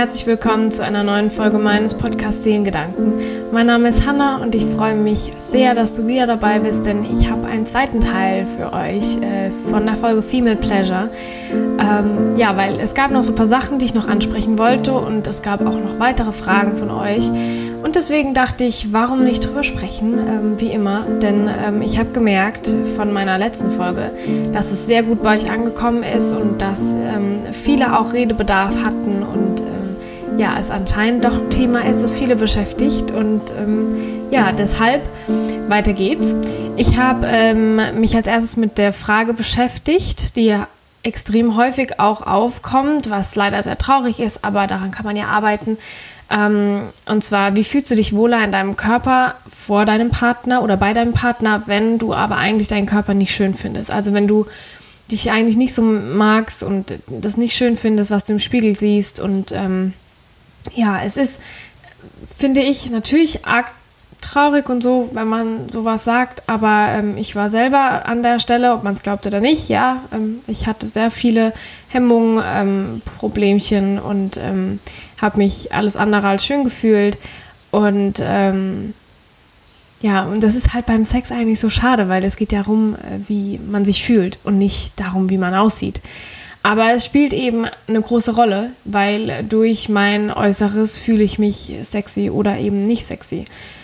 herzlich willkommen zu einer neuen Folge meines Podcasts Seelengedanken. Mein Name ist Hannah und ich freue mich sehr, dass du wieder dabei bist, denn ich habe einen zweiten Teil für euch von der Folge Female Pleasure. Weil es gab noch so ein paar Sachen, die ich noch ansprechen wollte und es gab auch noch weitere Fragen von euch. Und deswegen dachte ich, warum nicht drüber sprechen, wie immer, denn ich habe gemerkt von meiner letzten Folge, dass es sehr gut bei euch angekommen ist und dass viele auch Redebedarf hatten und es anscheinend doch ein Thema ist, das viele beschäftigt und deshalb weiter geht's. Ich habe mich als erstes mit der Frage beschäftigt, die extrem häufig auch aufkommt, was leider sehr traurig ist, aber daran kann man ja arbeiten. Und zwar, wie fühlst du dich wohler in deinem Körper vor deinem Partner oder bei deinem Partner, wenn du aber eigentlich deinen Körper nicht schön findest? Also wenn du dich eigentlich nicht so magst und das nicht schön findest, was du im Spiegel siehst. Und es ist, finde ich, natürlich arg traurig und so, wenn man sowas sagt, aber ich war selber an der Stelle, ob man es glaubt oder nicht, ich hatte sehr viele Hemmungen, Problemchen und habe mich alles andere als schön gefühlt und und das ist halt beim Sex eigentlich so schade, weil es geht ja darum, wie man sich fühlt und nicht darum, wie man aussieht. Aber es spielt eben eine große Rolle, weil durch mein Äußeres fühle ich mich sexy oder eben nicht sexy.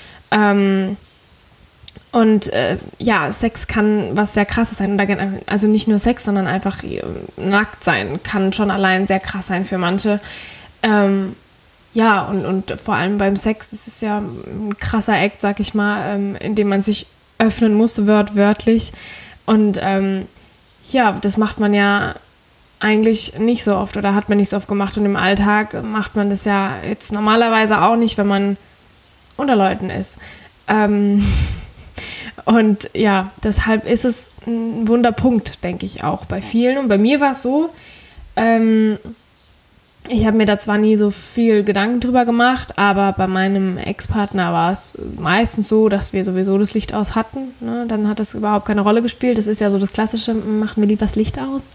Sex kann was sehr Krasses sein. Also nicht nur Sex, sondern einfach nackt sein kann schon allein sehr krass sein für manche. Und vor allem beim Sex ist es ja ein krasser Act, sag ich mal, in dem man sich öffnen muss, wörtlich. Und das macht man ja eigentlich nicht so oft oder hat man nicht so oft gemacht. Und im Alltag macht man das ja jetzt normalerweise auch nicht, wenn man unter Leuten ist. Deshalb ist es ein Wunderpunkt, denke ich auch bei vielen. Und bei mir war es so, ich habe mir da zwar nie so viel Gedanken drüber gemacht, aber bei meinem Ex-Partner war es meistens so, dass wir sowieso das Licht aus hatten. Ne? Dann hat das überhaupt keine Rolle gespielt. Das ist ja so das Klassische, machen wir lieber das Licht aus.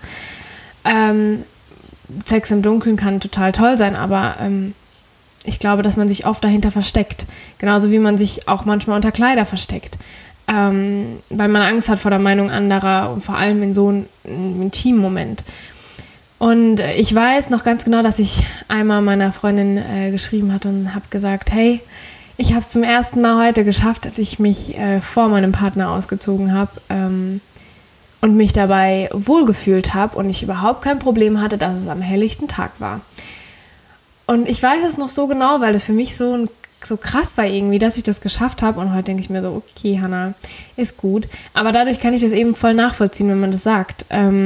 Sex im Dunkeln kann total toll sein, aber ich glaube, dass man sich oft dahinter versteckt. Genauso wie man sich auch manchmal unter Kleider versteckt. Weil man Angst hat vor der Meinung anderer und vor allem in so einem intimen Moment. Und ich weiß noch ganz genau, dass ich einmal meiner Freundin geschrieben hatte und habe gesagt, hey, ich habe es zum ersten Mal heute geschafft, dass ich mich vor meinem Partner ausgezogen habe und mich dabei wohlgefühlt habe und ich überhaupt kein Problem hatte, dass es am helllichten Tag war. Und ich weiß es noch so genau, weil das für mich so krass war irgendwie, dass ich das geschafft habe. Und heute denke ich mir so, okay, Hannah, ist gut. Aber dadurch kann ich das eben voll nachvollziehen, wenn man das sagt.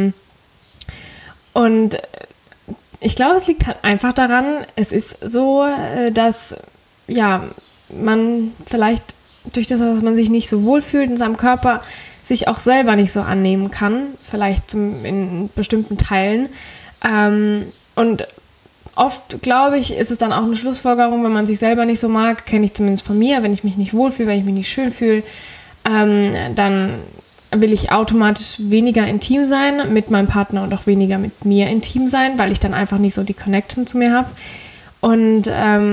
Und ich glaube, es liegt halt einfach daran, es ist so, dass man vielleicht durch das, dass man sich nicht so wohlfühlt in seinem Körper, sich auch selber nicht so annehmen kann, vielleicht in bestimmten Teilen. Und oft, glaube ich, ist es dann auch eine Schlussfolgerung, wenn man sich selber nicht so mag, kenne ich zumindest von mir, wenn ich mich nicht wohlfühle, wenn ich mich nicht schön fühle, dann will ich automatisch weniger intim sein mit meinem Partner und auch weniger mit mir intim sein, weil ich dann einfach nicht so die Connection zu mir habe. Und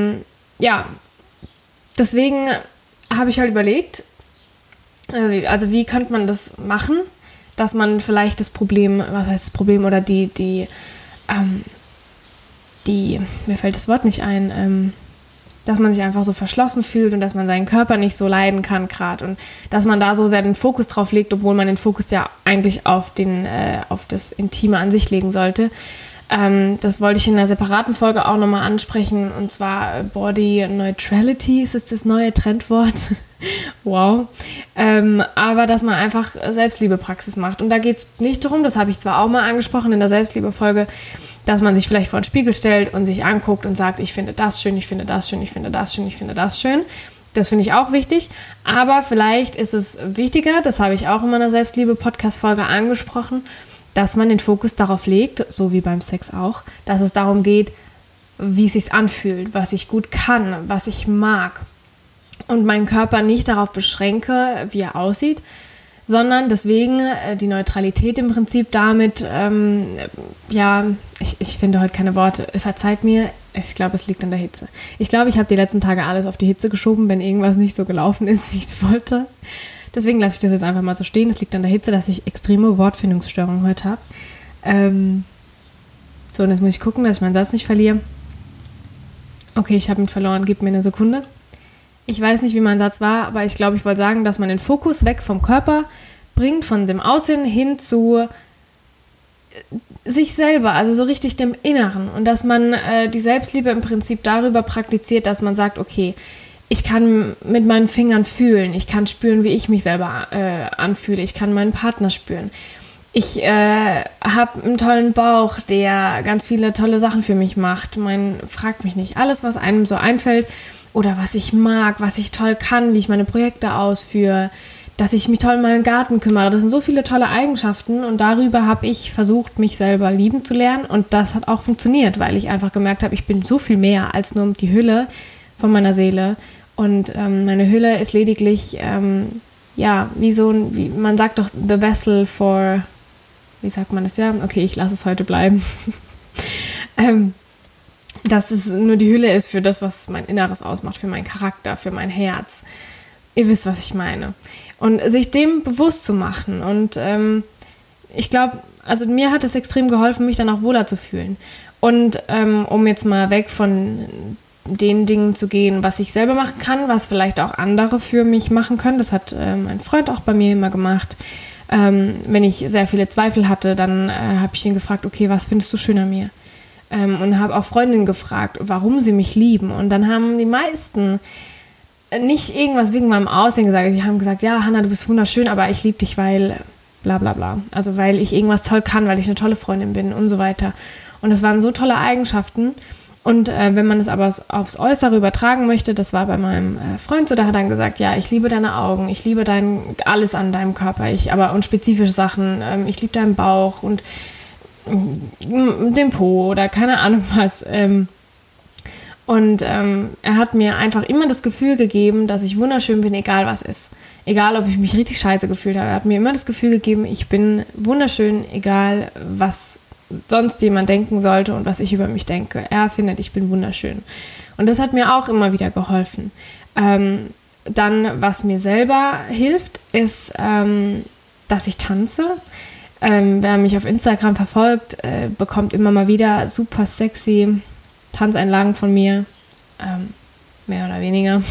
deswegen habe ich halt überlegt, wie könnte man das machen, dass man vielleicht das Problem, was heißt das Problem, oder mir fällt das Wort nicht ein, dass man sich einfach so verschlossen fühlt und dass man seinen Körper nicht so leiden kann gerade und dass man da so sehr den Fokus drauf legt, obwohl man den Fokus ja eigentlich auf das Intime an sich legen sollte. Das wollte ich in einer separaten Folge auch nochmal ansprechen, und zwar Body Neutrality ist jetzt das neue Trendwort. Wow. Aber dass man einfach Selbstliebepraxis macht. Und da geht es nicht darum, das habe ich zwar auch mal angesprochen in der Selbstliebefolge, dass man sich vielleicht vor den Spiegel stellt und sich anguckt und sagt, ich finde das schön, ich finde das schön, ich finde das schön, ich finde das schön. Das finde ich auch wichtig. Aber vielleicht ist es wichtiger, das habe ich auch in meiner Selbstliebe-Podcast-Folge angesprochen, dass man den Fokus darauf legt, so wie beim Sex auch, dass es darum geht, wie es sich anfühlt, was ich gut kann, was ich mag. Und meinen Körper nicht darauf beschränke, wie er aussieht, sondern deswegen die Neutralität im Prinzip damit, ich finde heute keine Worte, verzeiht mir, Ich glaube, es liegt an der Hitze. Ich glaube, ich habe die letzten Tage alles auf die Hitze geschoben, wenn irgendwas nicht so gelaufen ist, wie ich es wollte. Deswegen lasse ich das jetzt einfach mal so stehen. Es liegt an der Hitze, dass ich extreme Wortfindungsstörungen heute habe. So, und jetzt muss ich gucken, dass ich meinen Satz nicht verliere. Okay, ich habe ihn verloren. Gib mir eine Sekunde. Ich weiß nicht, wie mein Satz war, aber ich glaube, ich wollte sagen, dass man den Fokus weg vom Körper bringt, von dem Aussehen hin zu sich selber, also so richtig dem Inneren. Und dass man die Selbstliebe im Prinzip darüber praktiziert, dass man sagt, okay, ich kann mit meinen Fingern fühlen, ich kann spüren, wie ich mich selber anfühle, ich kann meinen Partner spüren. Ich habe einen tollen Bauch, der ganz viele tolle Sachen für mich macht. Fragt mich nicht. Alles, was einem so einfällt oder was ich mag, was ich toll kann, wie ich meine Projekte ausführe, dass ich mich toll um meinen Garten kümmere. Das sind so viele tolle Eigenschaften und darüber habe ich versucht, mich selber lieben zu lernen und das hat auch funktioniert, weil ich einfach gemerkt habe, ich bin so viel mehr als nur die Hülle von meiner Seele und meine Hülle ist lediglich, wie man sagt doch, the vessel for, wie sagt man das, ja? Okay, ich lasse es heute bleiben. Dass es nur die Hülle ist für das, was mein Inneres ausmacht, für meinen Charakter, für mein Herz. Ihr wisst, was ich meine. Und sich dem bewusst zu machen. Und ich glaube, also mir hat es extrem geholfen, mich dann auch wohler zu fühlen. Und um jetzt mal weg von den Dingen zu gehen, was ich selber machen kann, was vielleicht auch andere für mich machen können. Das hat mein Freund auch bei mir immer gemacht. Wenn ich sehr viele Zweifel hatte, dann habe ich ihn gefragt, okay, was findest du schön an mir? Und habe auch Freundinnen gefragt, warum sie mich lieben. Und dann haben die meisten nicht irgendwas wegen meinem Aussehen gesagt. Sie haben gesagt, ja, Hannah, du bist wunderschön, aber ich liebe dich, weil bla bla bla. Also weil ich irgendwas toll kann, weil ich eine tolle Freundin bin und so weiter. Und das waren so tolle Eigenschaften. Und wenn man es aber aufs Äußere übertragen möchte, das war bei meinem Freund so, da hat er dann gesagt, ja, ich liebe deine Augen, ich liebe alles an deinem Körper, und spezifische Sachen, ich liebe deinen Bauch und den Po oder keine Ahnung was. Und er hat mir einfach immer das Gefühl gegeben, dass ich wunderschön bin, egal was ist. Egal, ob ich mich richtig scheiße gefühlt habe. Er hat mir immer das Gefühl gegeben, ich bin wunderschön, egal was sonst jemand denken sollte und was ich über mich denke. Er findet, ich bin wunderschön. Und das hat mir auch immer wieder geholfen. Dann, was mir selber hilft, ist, dass ich tanze. Wer mich auf Instagram verfolgt, bekommt immer mal wieder super sexy Tanzeinlagen von mir, mehr oder weniger.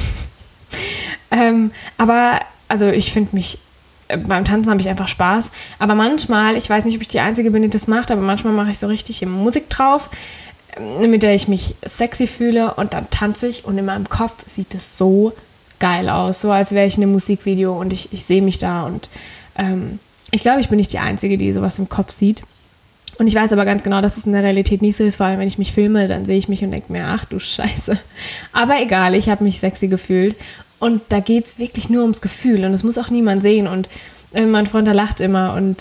Aber also ich finde mich, beim Tanzen habe ich einfach Spaß, aber manchmal, ich weiß nicht, ob ich die Einzige bin, die das macht, aber manchmal mache ich so richtig Musik drauf, mit der ich mich sexy fühle und dann tanze ich und in meinem Kopf sieht es so geil aus, so als wäre ich in einem Musikvideo und ich sehe mich da und ich glaube, ich bin nicht die Einzige, die sowas im Kopf sieht. Und ich weiß aber ganz genau, dass es in der Realität nicht so ist, vor allem wenn ich mich filme, dann sehe ich mich und denke mir, ach du Scheiße. Aber egal, ich habe mich sexy gefühlt und da geht es wirklich nur ums Gefühl und das muss auch niemand sehen und mein Freund, der lacht immer und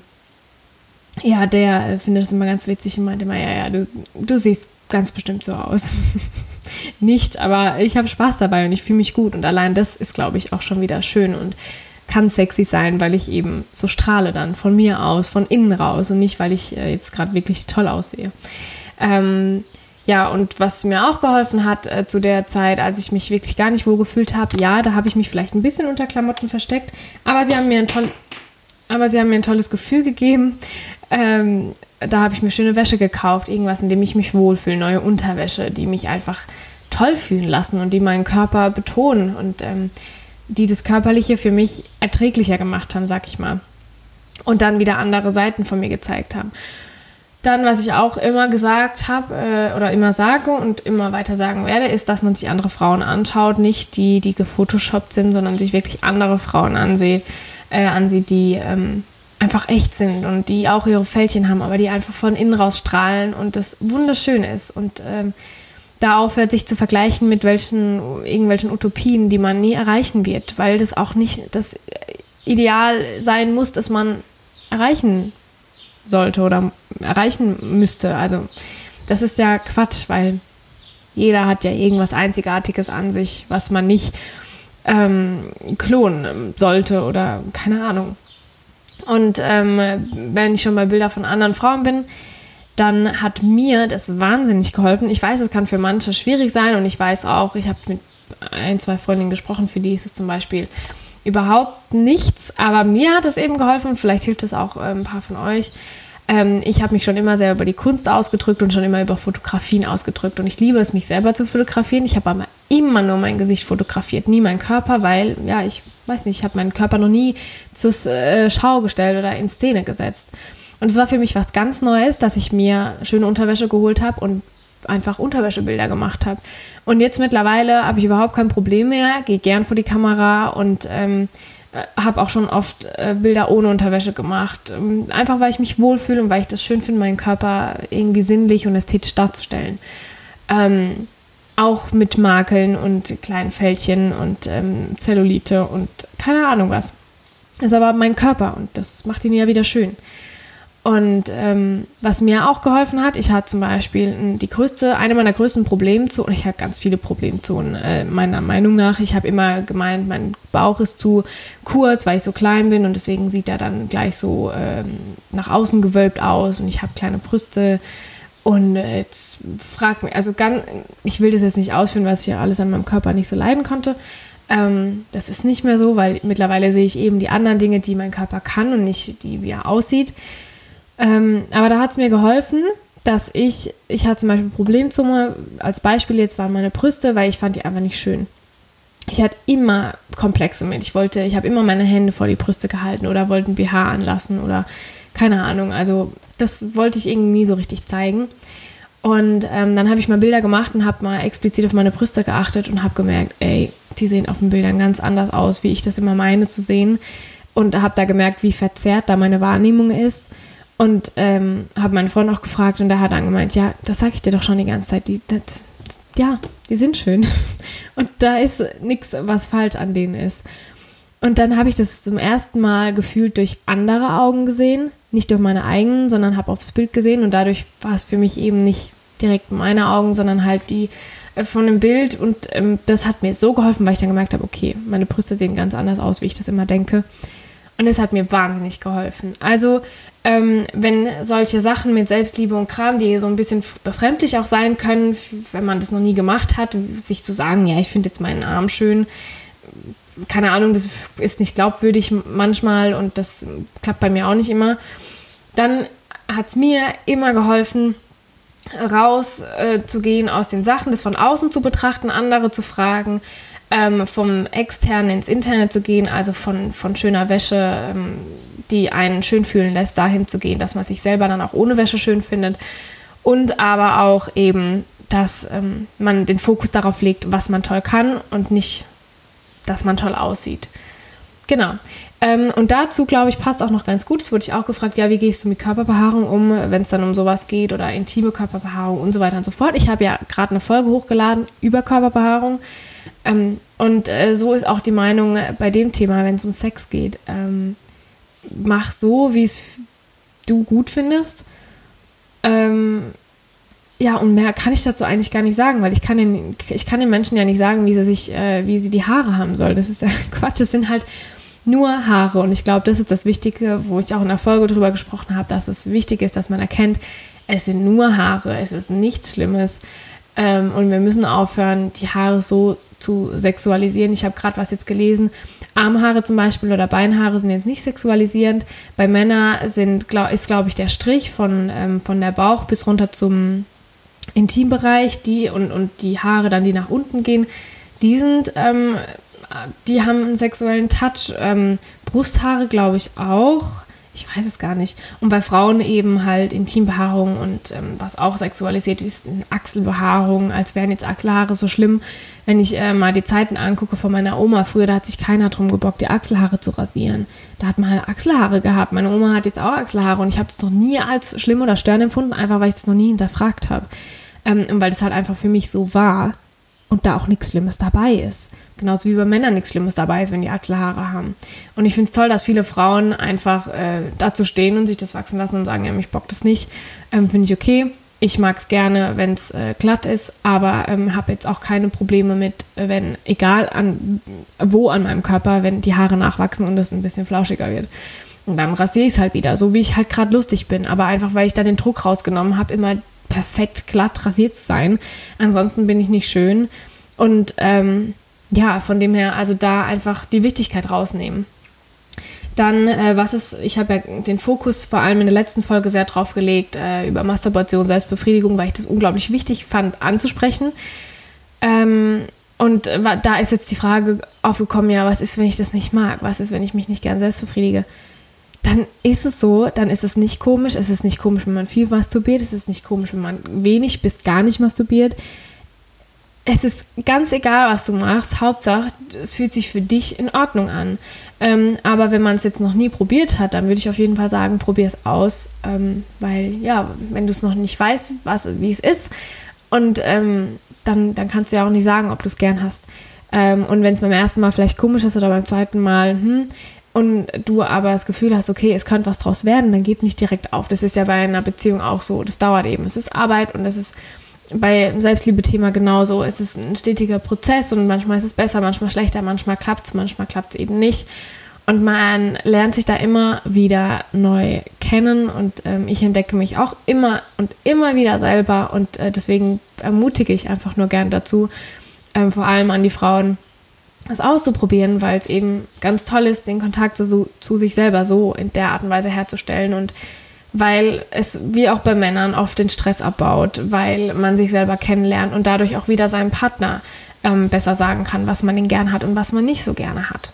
der findet es immer ganz witzig und meint immer, du siehst ganz bestimmt so aus. Nicht, aber ich habe Spaß dabei und ich fühle mich gut und allein das ist, glaube ich, auch schon wieder schön und kann sexy sein, weil ich eben so strahle dann von mir aus, von innen raus und nicht, weil ich jetzt gerade wirklich toll aussehe. Und was mir auch geholfen hat zu der Zeit, als ich mich wirklich gar nicht wohl gefühlt habe, da habe ich mich vielleicht ein bisschen unter Klamotten versteckt, aber sie haben mir ein tolles Gefühl gegeben. Da habe ich mir schöne Wäsche gekauft, irgendwas, in dem ich mich wohlfühle, neue Unterwäsche, die mich einfach toll fühlen lassen und die meinen Körper betonen und die das Körperliche für mich erträglicher gemacht haben, sag ich mal. Und dann wieder andere Seiten von mir gezeigt haben. Dann, was ich auch immer gesagt habe oder immer sage und immer weiter sagen werde, ist, dass man sich andere Frauen anschaut, nicht die gefotoshoppt sind, sondern sich wirklich andere Frauen ansieht, die einfach echt sind und die auch ihre Fältchen haben, aber die einfach von innen raus strahlen und das wunderschön ist und da aufhört, sich zu vergleichen mit irgendwelchen Utopien, die man nie erreichen wird, weil das auch nicht das Ideal sein muss, das man erreichen sollte oder erreichen müsste. Also das ist ja Quatsch, weil jeder hat ja irgendwas Einzigartiges an sich, was man nicht klonen sollte oder keine Ahnung. Und wenn ich schon bei Bildern von anderen Frauen bin, dann hat mir das wahnsinnig geholfen. Ich weiß, es kann für manche schwierig sein und ich weiß auch, ich habe mit 1-2 Freundinnen gesprochen, für die ist es zum Beispiel überhaupt nichts, aber mir hat es eben geholfen, vielleicht hilft es auch ein paar von euch. Ich habe mich schon immer sehr über die Kunst ausgedrückt und schon immer über Fotografien ausgedrückt und ich liebe es, mich selber zu fotografieren. Ich habe aber immer nur mein Gesicht fotografiert, nie meinen Körper, weil, ja, ich weiß nicht, ich habe meinen Körper noch nie zur Schau gestellt oder in Szene gesetzt. Und es war für mich was ganz Neues, dass ich mir schöne Unterwäsche geholt habe und einfach Unterwäschebilder gemacht habe. Und jetzt mittlerweile habe ich überhaupt kein Problem mehr, gehe gern vor die Kamera und habe auch schon oft Bilder ohne Unterwäsche gemacht. Einfach, weil ich mich wohlfühle und weil ich das schön finde, meinen Körper irgendwie sinnlich und ästhetisch darzustellen. Auch mit Makeln und kleinen Fältchen und Zellulite und keine Ahnung was. Das ist aber mein Körper und das macht ihn ja wieder schön. Und was mir auch geholfen hat, ich hatte zum Beispiel eine meiner größten Problemzonen, ich habe ganz viele Problemzonen, meiner Meinung nach. Ich habe immer gemeint, mein Bauch ist zu kurz, weil ich so klein bin und deswegen sieht er dann gleich so nach außen gewölbt aus und ich habe kleine Brüste. Und jetzt frag mich, ich will das jetzt nicht ausführen, was ich ja alles an meinem Körper nicht so leiden konnte. Das ist nicht mehr so, weil mittlerweile sehe ich eben die anderen Dinge, die mein Körper kann und nicht die, wie er aussieht. Aber da hat es mir geholfen, dass ich hatte zum Beispiel Problemzone, als Beispiel jetzt waren meine Brüste, weil ich fand die einfach nicht schön. Ich hatte immer Komplexe mit. Ich habe immer meine Hände vor die Brüste gehalten oder wollte ein BH anlassen oder keine Ahnung. Also das wollte ich irgendwie nie so richtig zeigen. Und dann habe ich mal Bilder gemacht und habe mal explizit auf meine Brüste geachtet und habe gemerkt, die sehen auf den Bildern ganz anders aus, wie ich das immer meine zu sehen. Und habe da gemerkt, wie verzerrt da meine Wahrnehmung ist. Und habe meinen Freund auch gefragt und der hat dann gemeint, ja, das sage ich dir doch schon die ganze Zeit, die sind schön. Und da ist nichts, was falsch an denen ist. Und dann habe ich das zum ersten Mal gefühlt durch andere Augen gesehen, nicht durch meine eigenen, sondern habe aufs Bild gesehen und dadurch war es für mich eben nicht direkt meine Augen, sondern halt die von dem Bild und das hat mir so geholfen, weil ich dann gemerkt habe, okay, meine Brüste sehen ganz anders aus, wie ich das immer denke. Und es hat mir wahnsinnig geholfen. Also, wenn solche Sachen mit Selbstliebe und Kram, die so ein bisschen befremdlich auch sein können, wenn man das noch nie gemacht hat, sich zu sagen, ja, ich finde jetzt meinen Arm schön, keine Ahnung, das ist nicht glaubwürdig manchmal und das klappt bei mir auch nicht immer, dann hat es mir immer geholfen, raus zu gehen aus den Sachen, das von außen zu betrachten, andere zu fragen, vom Externen ins Interne zu gehen, also von schöner Wäsche, die einen schön fühlen lässt, dahin zu gehen, dass man sich selber dann auch ohne Wäsche schön findet und aber auch eben, dass man den Fokus darauf legt, was man toll kann und nicht, dass man toll aussieht. Genau. Und dazu, glaube ich, passt auch noch ganz gut, es wurde ich auch gefragt, ja, wie gehst du mit Körperbehaarung um, wenn es dann um sowas geht oder intime Körperbehaarung und so weiter und so fort. Ich habe ja gerade eine Folge hochgeladen über Körperbehaarung. Und so ist auch die Meinung bei dem Thema, wenn es um Sex geht. Mach so, wie es du gut findest. Ja, und mehr kann ich dazu eigentlich gar nicht sagen, weil ich kann den Menschen ja nicht sagen, wie sie die Haare haben sollen. Das ist ja Quatsch, es sind halt nur Haare. Und ich glaube, das ist das Wichtige, wo ich auch in der Folge drüber gesprochen habe, dass es wichtig ist, dass man erkennt, es sind nur Haare, es ist nichts Schlimmes. Und wir müssen aufhören, die Haare so zu sexualisieren. Ich habe gerade was jetzt gelesen, Armhaare zum Beispiel oder Beinhaare sind jetzt nicht sexualisierend. Bei Männern ist, glaube ich, der Strich von der Bauch bis runter zum Intimbereich, und die Haare dann, die nach unten gehen, die haben einen sexuellen Touch. Brusthaare, glaube ich, auch. Ich weiß es gar nicht. Und bei Frauen eben halt Intimbehaarung und was auch sexualisiert ist, Achselbehaarung, als wären jetzt Achselhaare so schlimm. Wenn ich mal die Zeiten angucke von meiner Oma, früher, da hat sich keiner drum gebockt, die Achselhaare zu rasieren. Da hat man halt Achselhaare gehabt. Meine Oma hat jetzt auch Achselhaare und ich habe es noch nie als schlimm oder störend empfunden, einfach weil ich das noch nie hinterfragt habe. Und weil das halt einfach für mich so war. Und da auch nichts Schlimmes dabei ist. Genauso wie bei Männern nichts Schlimmes dabei ist, wenn die Achselhaare haben. Und ich finde es toll, dass viele Frauen einfach dazu stehen und sich das wachsen lassen und sagen, ja, mich bockt das nicht. Finde ich okay. ich mag es gerne, wenn es glatt ist, aber habe jetzt auch keine Probleme mit, wenn, egal wo an meinem Körper, wenn die Haare nachwachsen und es ein bisschen flauschiger wird. Und dann rasiere ich es halt wieder, so wie ich halt gerade lustig bin. Aber einfach, weil ich da den Druck rausgenommen habe, immer perfekt glatt rasiert zu sein. Ansonsten bin ich nicht schön. Und von dem her, also da einfach die Wichtigkeit rausnehmen. Dann, ich habe ja den Fokus vor allem in der letzten Folge sehr drauf gelegt, über Masturbation, Selbstbefriedigung, weil ich das unglaublich wichtig fand, anzusprechen. Und da ist jetzt die Frage aufgekommen, ja, was ist, wenn ich das nicht mag? Was ist, wenn ich mich nicht gern selbst befriedige? Dann ist es so, dann ist es nicht komisch. Es ist nicht komisch, wenn man viel masturbiert. Es ist nicht komisch, wenn man wenig bis gar nicht masturbiert. Es ist ganz egal, was du machst. Hauptsache, es fühlt sich für dich in Ordnung an. Aber wenn man es jetzt noch nie probiert hat, dann würde ich auf jeden Fall sagen, probier es aus. Weil, ja, wenn du es noch nicht weißt, wie es ist, und dann kannst du ja auch nicht sagen, ob du es gern hast. Und wenn es beim ersten Mal vielleicht komisch ist oder beim zweiten Mal, und du aber das Gefühl hast, okay, es könnte was draus werden, dann gib nicht direkt auf. Das ist ja bei einer Beziehung auch so. Das dauert eben. Es ist Arbeit und es ist bei Selbstliebe-Thema genauso. Es ist ein stetiger Prozess und manchmal ist es besser, manchmal schlechter, manchmal klappt es eben nicht. Und man lernt sich da immer wieder neu kennen und ich entdecke mich auch immer und immer wieder selber und deswegen ermutige ich einfach nur gern dazu, vor allem an die Frauen, das auszuprobieren, weil es eben ganz toll ist, den Kontakt zu sich selber so in der Art und Weise herzustellen und weil es, wie auch bei Männern, oft den Stress abbaut, weil man sich selber kennenlernt und dadurch auch wieder seinem Partner besser sagen kann, was man ihn gern hat und was man nicht so gerne hat.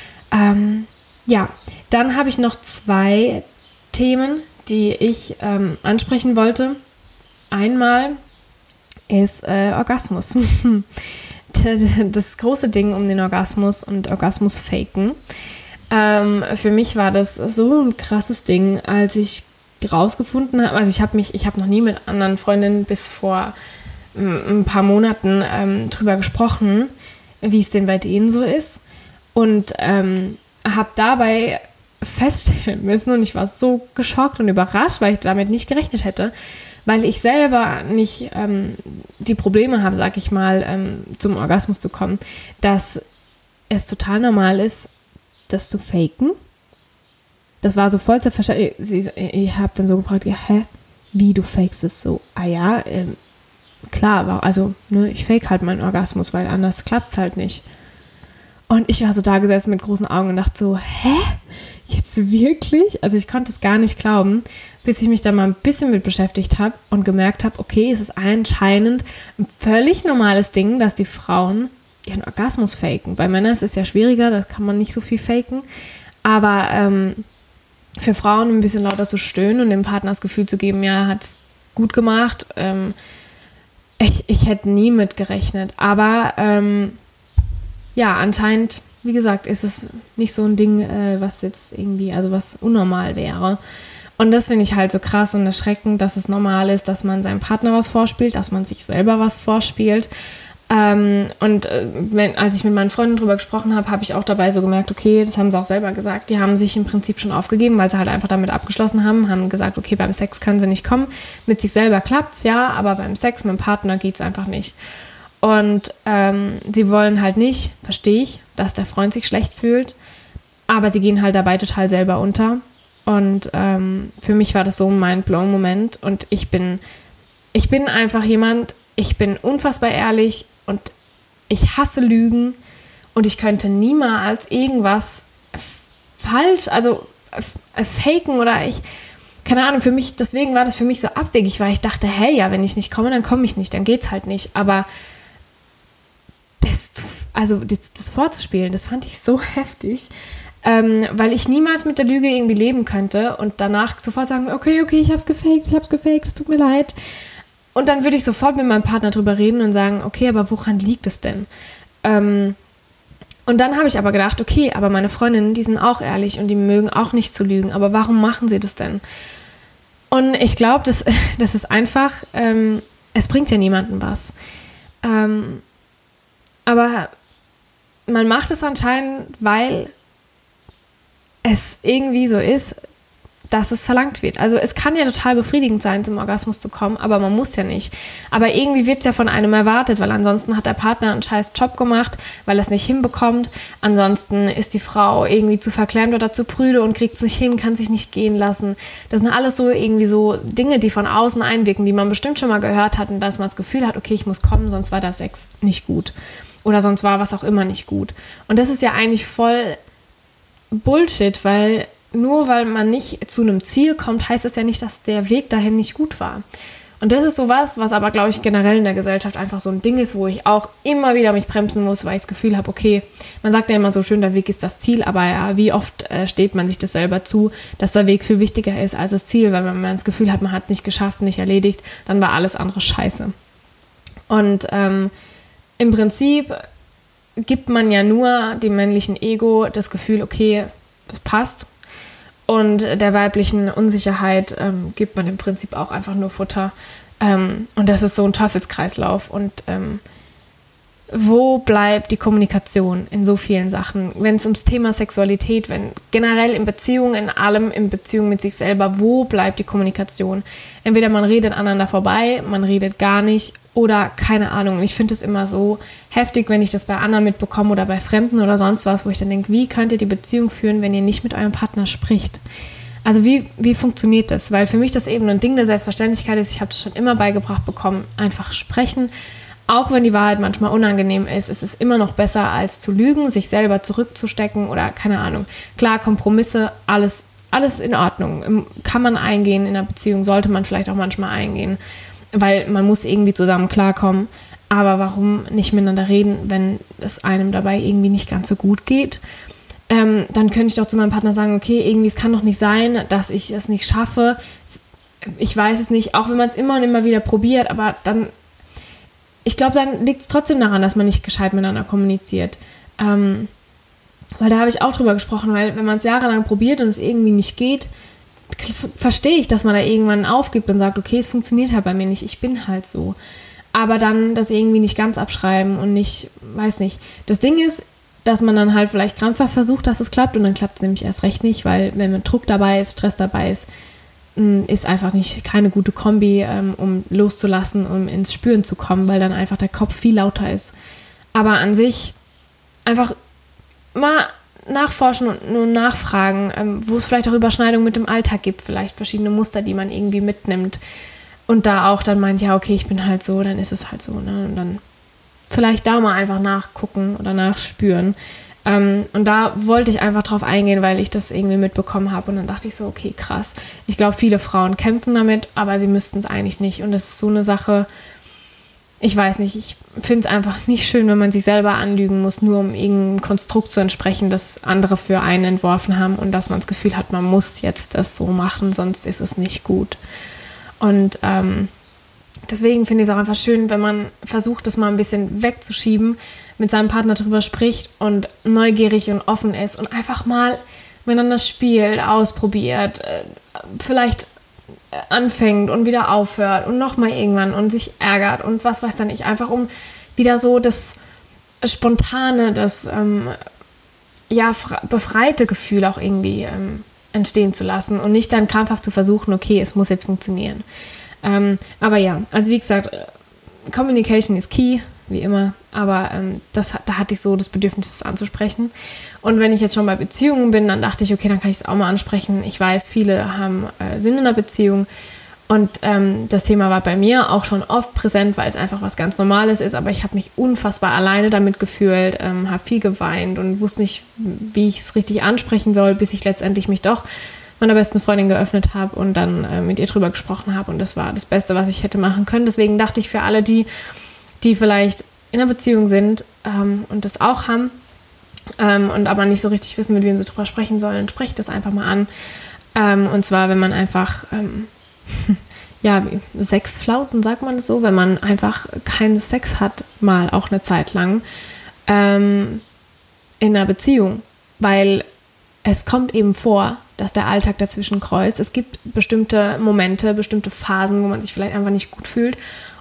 Dann habe ich noch 2 Themen, die ich ansprechen wollte. Einmal ist Orgasmus. Das große Ding um den Orgasmus und Orgasmus-Faken. Für mich war das so ein krasses Ding, als ich rausgefunden habe, also ich habe noch nie mit anderen Freundinnen bis vor ein paar Monaten drüber gesprochen, wie es denn bei denen so ist und habe dabei feststellen müssen und ich war so geschockt und überrascht, weil ich damit nicht gerechnet hätte, weil ich selber nicht die Probleme habe, sag ich mal, zum Orgasmus zu kommen, dass es total normal ist, das zu faken. Das war so voll selbstverständlich. Ich habe dann so gefragt, ja, wie, du fakest es so? Ah ja, klar, also ich fake halt meinen Orgasmus, weil anders klappt es halt nicht. Und ich war so da gesessen mit großen Augen und dachte so, jetzt wirklich? Also ich konnte es gar nicht glauben, bis ich mich da mal ein bisschen mit beschäftigt habe und gemerkt habe, okay, es ist anscheinend ein völlig normales Ding, dass die Frauen ihren Orgasmus faken. Bei Männern ist es ja schwieriger, da kann man nicht so viel faken. Aber für Frauen ein bisschen lauter zu stöhnen und dem Partner das Gefühl zu geben, ja, er hat es gut gemacht. Ich hätte nie mit gerechnet. Aber anscheinend, wie gesagt, ist es nicht so ein Ding, was jetzt irgendwie, also was unnormal wäre. Und das finde ich halt so krass und erschreckend, dass es normal ist, dass man seinem Partner was vorspielt, dass man sich selber was vorspielt. Als ich mit meinen Freunden drüber gesprochen habe, habe ich auch dabei so gemerkt, okay, das haben sie auch selber gesagt, die haben sich im Prinzip schon aufgegeben, weil sie halt einfach damit abgeschlossen haben gesagt, okay, beim Sex können sie nicht kommen, mit sich selber klappt's, ja, aber beim Sex mit dem Partner geht's einfach nicht. Und sie wollen halt nicht, verstehe ich, dass der Freund sich schlecht fühlt, aber sie gehen halt dabei total selber unter. Und für mich war das so ein Mind-blown-Moment und ich bin einfach jemand, ich bin unfassbar ehrlich und ich hasse Lügen und ich könnte niemals irgendwas falsch, also faken oder keine Ahnung, für mich, deswegen war das für mich so abwegig, weil ich dachte, hey, ja, wenn ich nicht komme, dann komme ich nicht, dann geht's halt nicht, aber das vorzuspielen, das fand ich so heftig, weil ich niemals mit der Lüge irgendwie leben könnte und danach sofort sagen, okay, ich hab's gefaked, es tut mir leid. Und dann würde ich sofort mit meinem Partner drüber reden und sagen, okay, aber woran liegt es denn? Und dann habe ich aber gedacht, okay, aber meine Freundinnen, die sind auch ehrlich und die mögen auch nicht zu lügen, aber warum machen sie das denn? Und ich glaube, das ist einfach, es bringt ja niemandem was. Aber man macht es anscheinend, weil es irgendwie so ist, dass es verlangt wird. Also es kann ja total befriedigend sein, zum Orgasmus zu kommen, aber man muss ja nicht. Aber irgendwie wird es ja von einem erwartet, weil ansonsten hat der Partner einen scheiß Job gemacht, weil er es nicht hinbekommt. Ansonsten ist die Frau irgendwie zu verklemmt oder zu prüde und kriegt es nicht hin, kann sich nicht gehen lassen. Das sind alles so irgendwie so Dinge, die von außen einwirken, die man bestimmt schon mal gehört hat und dass man das Gefühl hat, okay, ich muss kommen, sonst war der Sex nicht gut. Oder sonst war was auch immer nicht gut. Und das ist ja eigentlich voll Bullshit, weil nur weil man nicht zu einem Ziel kommt, heißt es ja nicht, dass der Weg dahin nicht gut war. Und das ist sowas, was aber, glaube ich, generell in der Gesellschaft einfach so ein Ding ist, wo ich auch immer wieder mich bremsen muss, weil ich das Gefühl habe, okay, man sagt ja immer so schön, der Weg ist das Ziel, aber ja, wie oft steht man sich das selber zu, dass der Weg viel wichtiger ist als das Ziel, weil wenn man das Gefühl hat, man hat es nicht geschafft, nicht erledigt, dann war alles andere scheiße. Und im Prinzip gibt man ja nur dem männlichen Ego das Gefühl, okay, das passt. Und der weiblichen Unsicherheit gibt man im Prinzip auch einfach nur Futter. Und das ist so ein Teufelskreislauf. Und wo bleibt die Kommunikation in so vielen Sachen? Wenn es ums Thema Sexualität, wenn generell in Beziehungen, in allem, in Beziehung mit sich selber, wo bleibt die Kommunikation? Entweder man redet aneinander vorbei, man redet gar nicht oder keine Ahnung. Und ich finde es immer so heftig, wenn ich das bei anderen mitbekomme oder bei Fremden oder sonst was, wo ich dann denke, wie könnt ihr die Beziehung führen, wenn ihr nicht mit eurem Partner spricht? Also wie funktioniert das? Weil für mich das eben ein Ding der Selbstverständlichkeit ist, ich habe das schon immer beigebracht bekommen, einfach sprechen. Auch wenn die Wahrheit manchmal unangenehm ist, ist es immer noch besser, als zu lügen, sich selber zurückzustecken oder keine Ahnung. Klar, Kompromisse, alles in Ordnung. Kann man eingehen in einer Beziehung, sollte man vielleicht auch manchmal eingehen, weil man muss irgendwie zusammen klarkommen. Aber warum nicht miteinander reden, wenn es einem dabei irgendwie nicht ganz so gut geht? Dann könnte ich doch zu meinem Partner sagen, okay, irgendwie, es kann doch nicht sein, dass ich es nicht schaffe. Ich weiß es nicht, auch wenn man es immer und immer wieder probiert, aber dann, ich glaube, dann liegt es trotzdem daran, dass man nicht gescheit miteinander kommuniziert. Weil da habe ich auch drüber gesprochen, weil wenn man es jahrelang probiert und es irgendwie nicht geht, verstehe ich, dass man da irgendwann aufgibt und sagt, okay, es funktioniert halt bei mir nicht, ich bin halt so. Aber dann das irgendwie nicht ganz abschreiben und nicht, weiß nicht. Das Ding ist, dass man dann halt vielleicht krampfhaft versucht, dass es klappt und dann klappt es nämlich erst recht nicht, weil wenn man Druck dabei ist, Stress dabei ist einfach nicht keine gute Kombi, um loszulassen, um ins Spüren zu kommen, weil dann einfach der Kopf viel lauter ist. Aber an sich einfach mal nachforschen und nur nachfragen, wo es vielleicht auch Überschneidungen mit dem Alltag gibt, vielleicht verschiedene Muster, die man irgendwie mitnimmt und da auch dann meint, ja okay, ich bin halt so, dann ist es halt so, ne? Und dann vielleicht da mal einfach nachgucken oder nachspüren. Und da wollte ich einfach drauf eingehen, weil ich das irgendwie mitbekommen habe und dann dachte ich so, okay, krass. Ich glaube, viele Frauen kämpfen damit, aber sie müssten es eigentlich nicht und das ist so eine Sache, ich weiß nicht, ich finde es einfach nicht schön, wenn man sich selber anlügen muss, nur um irgendeinem Konstrukt zu entsprechen, das andere für einen entworfen haben und dass man das Gefühl hat, man muss jetzt das so machen, sonst ist es nicht gut. Und deswegen finde ich es auch einfach schön, wenn man versucht, das mal ein bisschen wegzuschieben, mit seinem Partner drüber spricht und neugierig und offen ist und einfach mal miteinander spielt, ausprobiert, vielleicht anfängt und wieder aufhört und nochmal irgendwann und sich ärgert und was weiß dann ich, einfach um wieder so das spontane, das befreite Gefühl auch irgendwie entstehen zu lassen und nicht dann krampfhaft zu versuchen, okay, es muss jetzt funktionieren. Aber ja, also wie gesagt, Communication is key, wie immer, aber da hatte ich so das Bedürfnis, das anzusprechen. Und wenn ich jetzt schon bei Beziehungen bin, dann dachte ich, okay, dann kann ich es auch mal ansprechen. Ich weiß, viele sind in einer Beziehung und das Thema war bei mir auch schon oft präsent, weil es einfach was ganz Normales ist, aber ich habe mich unfassbar alleine damit gefühlt, habe viel geweint und wusste nicht, wie ich es richtig ansprechen soll, bis ich letztendlich mich doch meiner besten Freundin geöffnet habe und dann mit ihr drüber gesprochen habe und das war das Beste, was ich hätte machen können. Deswegen dachte ich, für alle, die vielleicht in einer Beziehung sind und das auch haben und aber nicht so richtig wissen, mit wem sie drüber sprechen sollen, sprecht das einfach mal an. Und zwar, wenn man einfach Sexflauten, sagt man das so, wenn man einfach keinen Sex hat, mal auch eine Zeit lang in einer Beziehung, weil es kommt eben vor, dass der Alltag dazwischen kreuzt. Es gibt bestimmte Momente, bestimmte Phasen, wo man sich vielleicht einfach nicht gut fühlt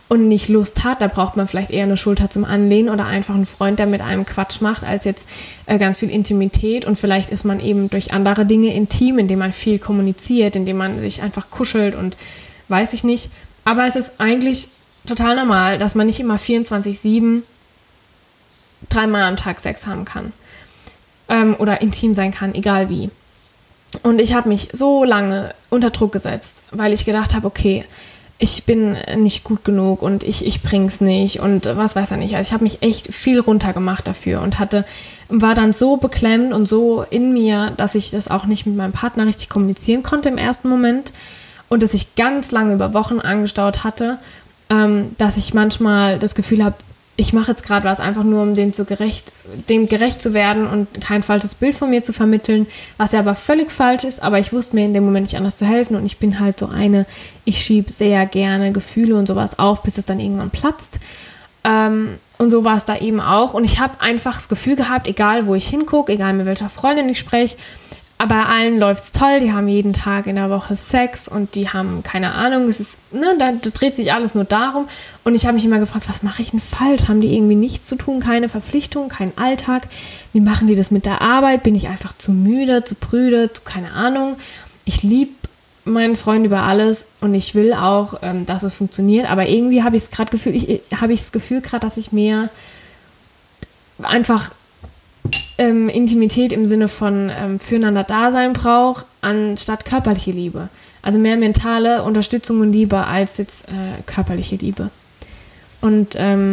und nicht Lust hat, da braucht man vielleicht eher eine Schulter zum Anlehnen oder einfach einen Freund, der mit einem Quatsch macht, als jetzt ganz viel Intimität. Und vielleicht ist man eben durch andere Dinge intim, indem man viel kommuniziert, indem man sich einfach kuschelt und weiß ich nicht. Aber es ist eigentlich total normal, dass man nicht immer 24/7 dreimal am Tag Sex haben kann oder intim sein kann, egal wie. Und ich habe mich so lange unter Druck gesetzt, weil ich gedacht habe, okay, ich bin nicht gut genug und ich bring's nicht und was weiß er nicht. Also ich habe mich echt viel runtergemacht dafür und war dann so beklemmt und so in mir, dass ich das auch nicht mit meinem Partner richtig kommunizieren konnte im ersten Moment und dass ich ganz lange über Wochen angestaut hatte, dass ich manchmal das Gefühl habe, ich mache jetzt gerade was einfach nur, um dem gerecht zu werden und kein falsches Bild von mir zu vermitteln, was ja aber völlig falsch ist, aber ich wusste mir in dem Moment nicht anders zu helfen und ich bin halt so ich schiebe sehr gerne Gefühle und sowas auf, bis es dann irgendwann platzt. Und so war es da eben auch und ich habe einfach das Gefühl gehabt, egal wo ich hingucke, egal mit welcher Freundin ich spreche, aber bei allen läuft es toll, die haben jeden Tag in der Woche Sex und die haben keine Ahnung, da dreht sich alles nur darum und ich habe mich immer gefragt, was mache ich denn falsch? Haben die irgendwie nichts zu tun, keine Verpflichtungen, keinen Alltag? Wie machen die das mit der Arbeit? Bin ich einfach zu müde, zu prüde, keine Ahnung? Ich liebe meinen Freund über alles und ich will auch, dass es funktioniert, aber irgendwie habe ich das Gefühl gerade, dass ich mehr einfach Intimität im Sinne von füreinander Dasein braucht, anstatt körperliche Liebe. Also mehr mentale Unterstützung und Liebe als jetzt körperliche Liebe. Und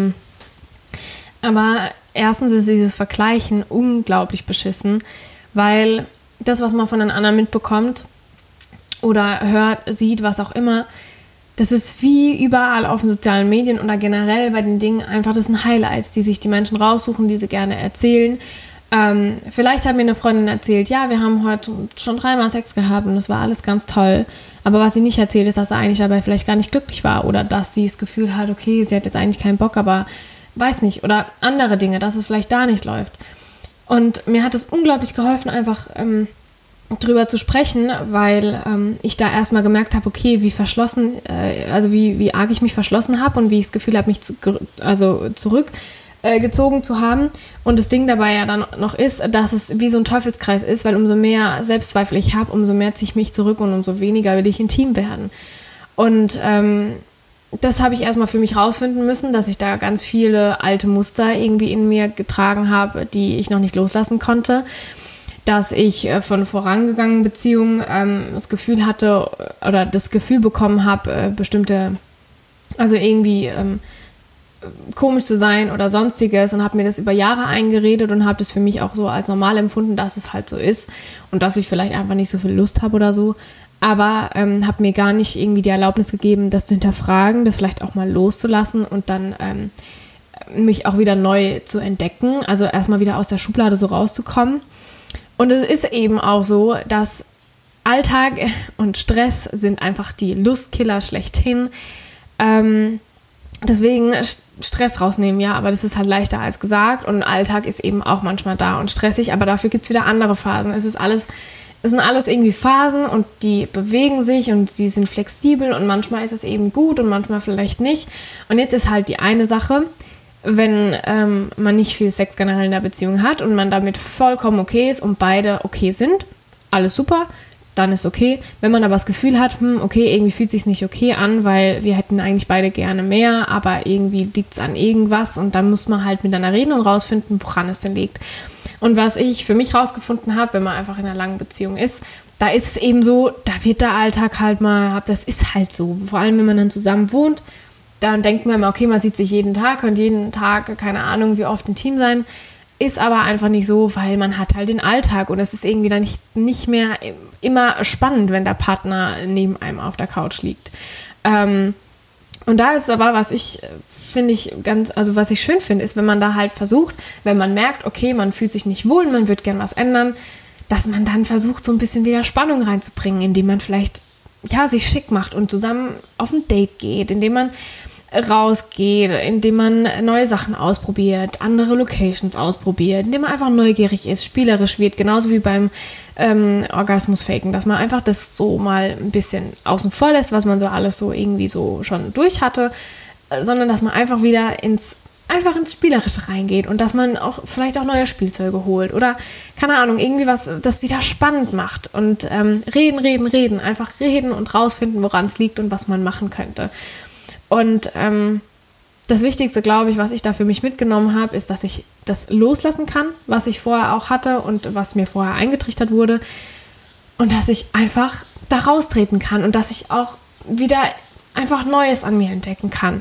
aber erstens ist dieses Vergleichen unglaublich beschissen, weil das, was man von den anderen mitbekommt oder hört, sieht, was auch immer, das ist wie überall auf den sozialen Medien oder generell bei den Dingen einfach, das sind Highlights, die sich die Menschen raussuchen, die sie gerne erzählen. Vielleicht hat mir eine Freundin erzählt, ja, wir haben heute schon 3-mal Sex gehabt und das war alles ganz toll. Aber was sie nicht erzählt, ist, dass sie eigentlich dabei vielleicht gar nicht glücklich war oder dass sie das Gefühl hat, okay, sie hat jetzt eigentlich keinen Bock, aber weiß nicht. Oder andere Dinge, dass es vielleicht da nicht läuft. Und mir hat es unglaublich geholfen, einfach drüber zu sprechen, weil ich da erstmal gemerkt habe, okay, wie verschlossen, wie arg ich mich verschlossen habe und wie ich das Gefühl habe, mich zurückgezogen zu haben. Und das Ding dabei ja dann noch ist, dass es wie so ein Teufelskreis ist, weil umso mehr Selbstzweifel ich habe, umso mehr ziehe ich mich zurück und umso weniger will ich intim werden. Und das habe ich erstmal für mich rausfinden müssen, dass ich da ganz viele alte Muster irgendwie in mir getragen habe, die ich noch nicht loslassen konnte. Dass ich von vorangegangenen Beziehungen das Gefühl hatte oder das Gefühl bekommen habe, komisch zu sein oder sonstiges und habe mir das über Jahre eingeredet und habe das für mich auch so als normal empfunden, dass es halt so ist und dass ich vielleicht einfach nicht so viel Lust habe oder so, aber habe mir gar nicht irgendwie die Erlaubnis gegeben, das zu hinterfragen, das vielleicht auch mal loszulassen und dann mich auch wieder neu zu entdecken, also erstmal wieder aus der Schublade so rauszukommen. Und es ist eben auch so, dass Alltag und Stress sind einfach die Lustkiller schlechthin. Deswegen Stress rausnehmen, ja, aber das ist halt leichter als gesagt. Und Alltag ist eben auch manchmal da und stressig, aber dafür gibt es wieder andere Phasen. Es sind alles irgendwie Phasen und die bewegen sich und die sind flexibel und manchmal ist es eben gut und manchmal vielleicht nicht. Und jetzt ist halt die eine Sache, wenn man nicht viel Sex generell in der Beziehung hat und man damit vollkommen okay ist und beide okay sind, alles super, dann ist okay. Wenn man aber das Gefühl hat, okay, irgendwie fühlt es sich nicht okay an, weil wir hätten eigentlich beide gerne mehr, aber irgendwie liegt es an irgendwas und dann muss man halt miteinander reden und rausfinden, woran es denn liegt. Und was ich für mich rausgefunden habe, wenn man einfach in einer langen Beziehung ist, da ist es eben so, da wird der Alltag halt mal, das ist halt so, vor allem wenn man dann zusammen wohnt, dann denkt man immer, okay, man sieht sich jeden Tag, könnte jeden Tag, keine Ahnung, wie oft intim sein. Ist aber einfach nicht so, weil man hat halt den Alltag und es ist irgendwie dann nicht mehr immer spannend, wenn der Partner neben einem auf der Couch liegt. Und da ist aber, was ich schön finde, ist, wenn man da halt versucht, wenn man merkt, okay, man fühlt sich nicht wohl, man würde gern was ändern, dass man dann versucht, so ein bisschen wieder Spannung reinzubringen, indem man vielleicht sich schick macht und zusammen auf ein Date geht, indem man rausgeht, indem man neue Sachen ausprobiert, andere Locations ausprobiert, indem man einfach neugierig ist, spielerisch wird, genauso wie beim Orgasmus-Faken, dass man einfach das so mal ein bisschen außen vor lässt, was man so alles so irgendwie so schon durch hatte, sondern dass man einfach wieder ins Spielerische reingeht und dass man auch vielleicht auch neue Spielzeuge holt oder, keine Ahnung, irgendwie was das wieder spannend macht und reden, einfach reden und rausfinden, woran es liegt und was man machen könnte. Und das Wichtigste, glaube ich, was ich da für mich mitgenommen habe, ist, dass ich das loslassen kann, was ich vorher auch hatte und was mir vorher eingetrichtert wurde und dass ich einfach da raustreten kann und dass ich auch wieder einfach Neues an mir entdecken kann.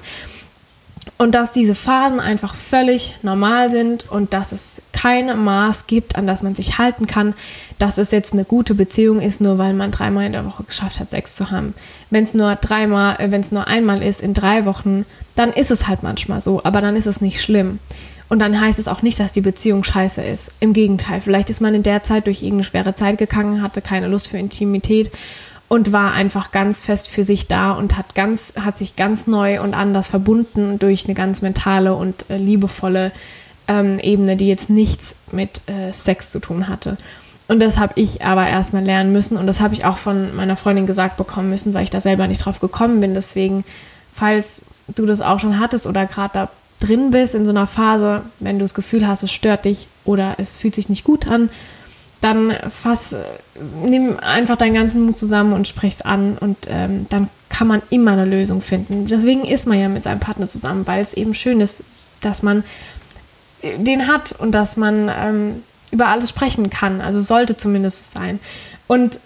Und dass diese Phasen einfach völlig normal sind und dass es kein Maß gibt, an das man sich halten kann, dass es jetzt eine gute Beziehung ist, nur weil man 3-mal in der Woche geschafft hat, Sex zu haben. Wenn es nur einmal ist in 3 Wochen, dann ist es halt manchmal so, aber dann ist es nicht schlimm. Und dann heißt es auch nicht, dass die Beziehung scheiße ist. Im Gegenteil, vielleicht ist man in der Zeit durch irgendeine schwere Zeit gegangen, hatte keine Lust für Intimität und war einfach ganz fest für sich da und hat sich ganz neu und anders verbunden durch eine ganz mentale und liebevolle Ebene, die jetzt nichts mit Sex zu tun hatte. Und das habe ich aber erstmal lernen müssen und das habe ich auch von meiner Freundin gesagt bekommen müssen, weil ich da selber nicht drauf gekommen bin. Deswegen, falls du das auch schon hattest oder gerade da drin bist in so einer Phase, wenn du das Gefühl hast, es stört dich oder es fühlt sich nicht gut an, dann nimm einfach deinen ganzen Mut zusammen und sprich's an und dann kann man immer eine Lösung finden. Deswegen ist man ja mit seinem Partner zusammen, weil es eben schön ist, dass man den hat und dass man über alles sprechen kann. Also sollte zumindest so sein. Und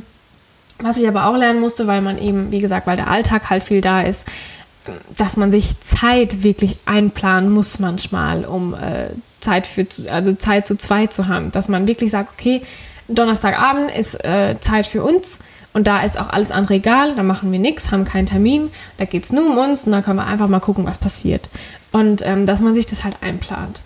was ich aber auch lernen musste, weil man eben, wie gesagt, weil der Alltag halt viel da ist, dass man sich Zeit wirklich einplanen muss manchmal, um Zeit zu zweit zu haben. Dass man wirklich sagt, okay, Donnerstagabend ist Zeit für uns und da ist auch alles andere egal, da machen wir nichts, haben keinen Termin, da geht es nur um uns und da können wir einfach mal gucken, was passiert. Und dass man sich das halt einplant.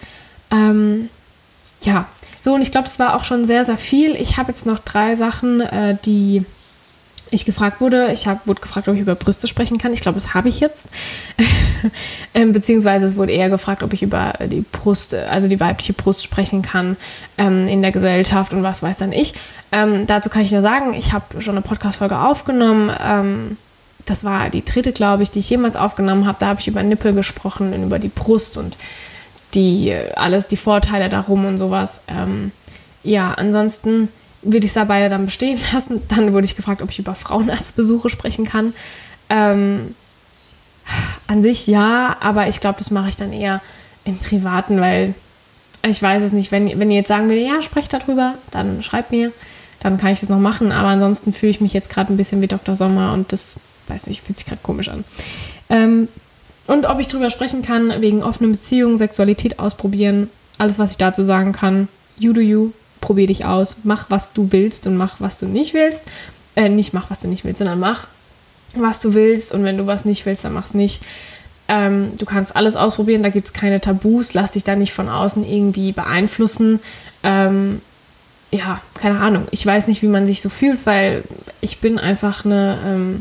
Ja, so, und ich glaube, das war auch schon sehr, sehr viel. Ich habe jetzt noch 3 Sachen, die ich gefragt wurde. Ich wurde gefragt, ob ich über Brüste sprechen kann. Ich glaube, das habe ich jetzt. Beziehungsweise es wurde eher gefragt, ob ich über die Brust, also die weibliche Brust sprechen kann in der Gesellschaft und was weiß dann ich. Dazu kann ich nur sagen, ich habe schon eine Podcast-Folge aufgenommen. Das war die 3., glaube ich, die ich jemals aufgenommen habe. Da habe ich über Nippel gesprochen und über die Brust und die Vorteile darum und sowas. Ja, ansonsten würde ich es dabei dann bestehen lassen. Dann wurde ich gefragt, ob ich über Frauenarztbesuche sprechen kann. An sich ja, aber ich glaube, das mache ich dann eher im Privaten, weil ich weiß es nicht. Wenn ihr jetzt sagen würdet, ja, sprecht darüber, dann schreibt mir, dann kann ich das noch machen. Aber ansonsten fühle ich mich jetzt gerade ein bisschen wie Dr. Sommer und das, weiß nicht, fühlt sich gerade komisch an. Und ob ich drüber sprechen kann, wegen offenen Beziehungen, Sexualität ausprobieren, alles, was ich dazu sagen kann, you do you, probier dich aus, mach, was du willst und mach, was du nicht willst. Nicht mach, was du nicht willst, sondern mach, was du willst und wenn du was nicht willst, dann mach's nicht. Du kannst alles ausprobieren, da gibt es keine Tabus, lass dich da nicht von außen irgendwie beeinflussen. Ja, keine Ahnung, ich weiß nicht, wie man sich so fühlt, weil ich bin einfach eine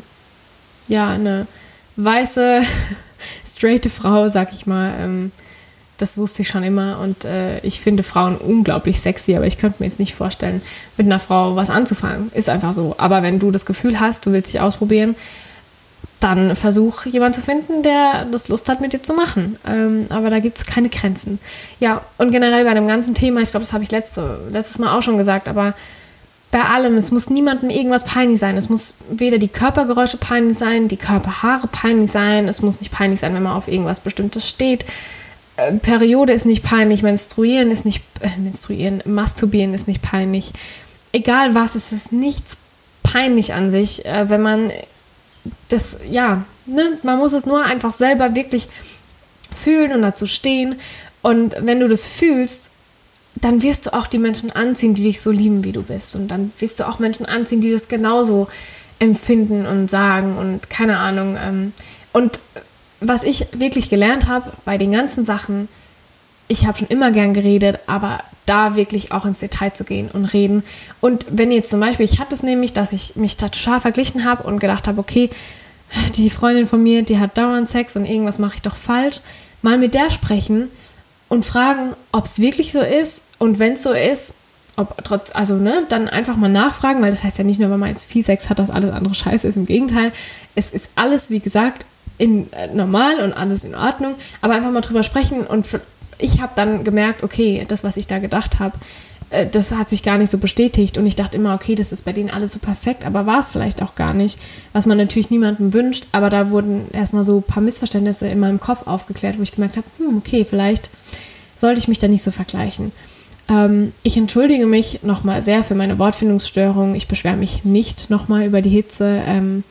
weiße, straighte Frau, sag ich mal. Das wusste ich schon immer und ich finde Frauen unglaublich sexy, aber ich könnte mir jetzt nicht vorstellen, mit einer Frau was anzufangen. Ist einfach so. Aber wenn du das Gefühl hast, du willst dich ausprobieren, dann versuch jemanden zu finden, der das Lust hat, mit dir zu machen. Aber da gibt es keine Grenzen. Ja, und generell bei dem ganzen Thema, ich glaube, das habe ich letztes Mal auch schon gesagt, aber bei allem, es muss niemandem irgendwas peinlich sein. Es muss weder die Körpergeräusche peinlich sein, die Körperhaare peinlich sein. Es muss nicht peinlich sein, wenn man auf irgendwas Bestimmtes steht. Periode ist nicht peinlich, masturbieren ist nicht peinlich. Egal was, es ist nichts peinlich an sich, wenn man das, man muss es nur einfach selber wirklich fühlen und dazu stehen. Und wenn du das fühlst, dann wirst du auch die Menschen anziehen, die dich so lieben, wie du bist. Und dann wirst du auch Menschen anziehen, die das genauso empfinden und sagen und keine Ahnung. Und was ich wirklich gelernt habe bei den ganzen Sachen, ich habe schon immer gern geredet, aber da wirklich auch ins Detail zu gehen und reden. Und wenn jetzt zum Beispiel, ich hatte es nämlich, dass ich mich da total verglichen habe und gedacht habe, okay, die Freundin von mir, die hat dauernd Sex und irgendwas mache ich doch falsch, mal mit der sprechen und fragen, ob es wirklich so ist und wenn es so ist, dann einfach mal nachfragen, weil das heißt ja nicht nur, wenn man jetzt viel Sex hat, dass alles andere scheiße ist, im Gegenteil, es ist alles, wie gesagt, normal und alles in Ordnung, aber einfach mal drüber sprechen. Und ich habe dann gemerkt, okay, das, was ich da gedacht habe, das hat sich gar nicht so bestätigt. Und ich dachte immer, okay, das ist bei denen alles so perfekt, aber war es vielleicht auch gar nicht, was man natürlich niemandem wünscht. Aber da wurden erstmal so ein paar Missverständnisse in meinem Kopf aufgeklärt, wo ich gemerkt habe, okay, vielleicht sollte ich mich da nicht so vergleichen. Ich entschuldige mich nochmal sehr für meine Wortfindungsstörung. Ich beschwere mich nicht nochmal über die Hitze.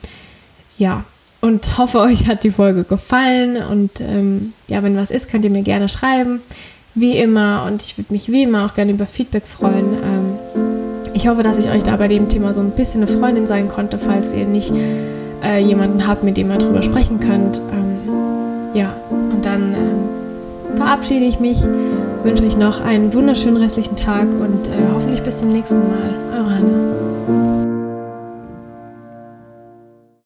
Und hoffe, euch hat die Folge gefallen. Und wenn was ist, könnt ihr mir gerne schreiben. Wie immer. Und ich würde mich wie immer auch gerne über Feedback freuen. Ich hoffe, dass ich euch da bei dem Thema so ein bisschen eine Freundin sein konnte, falls ihr nicht jemanden habt, mit dem ihr drüber sprechen könnt. Und dann verabschiede ich mich. Wünsche euch noch einen wunderschönen restlichen Tag und hoffentlich bis zum nächsten Mal. Eure Hanna.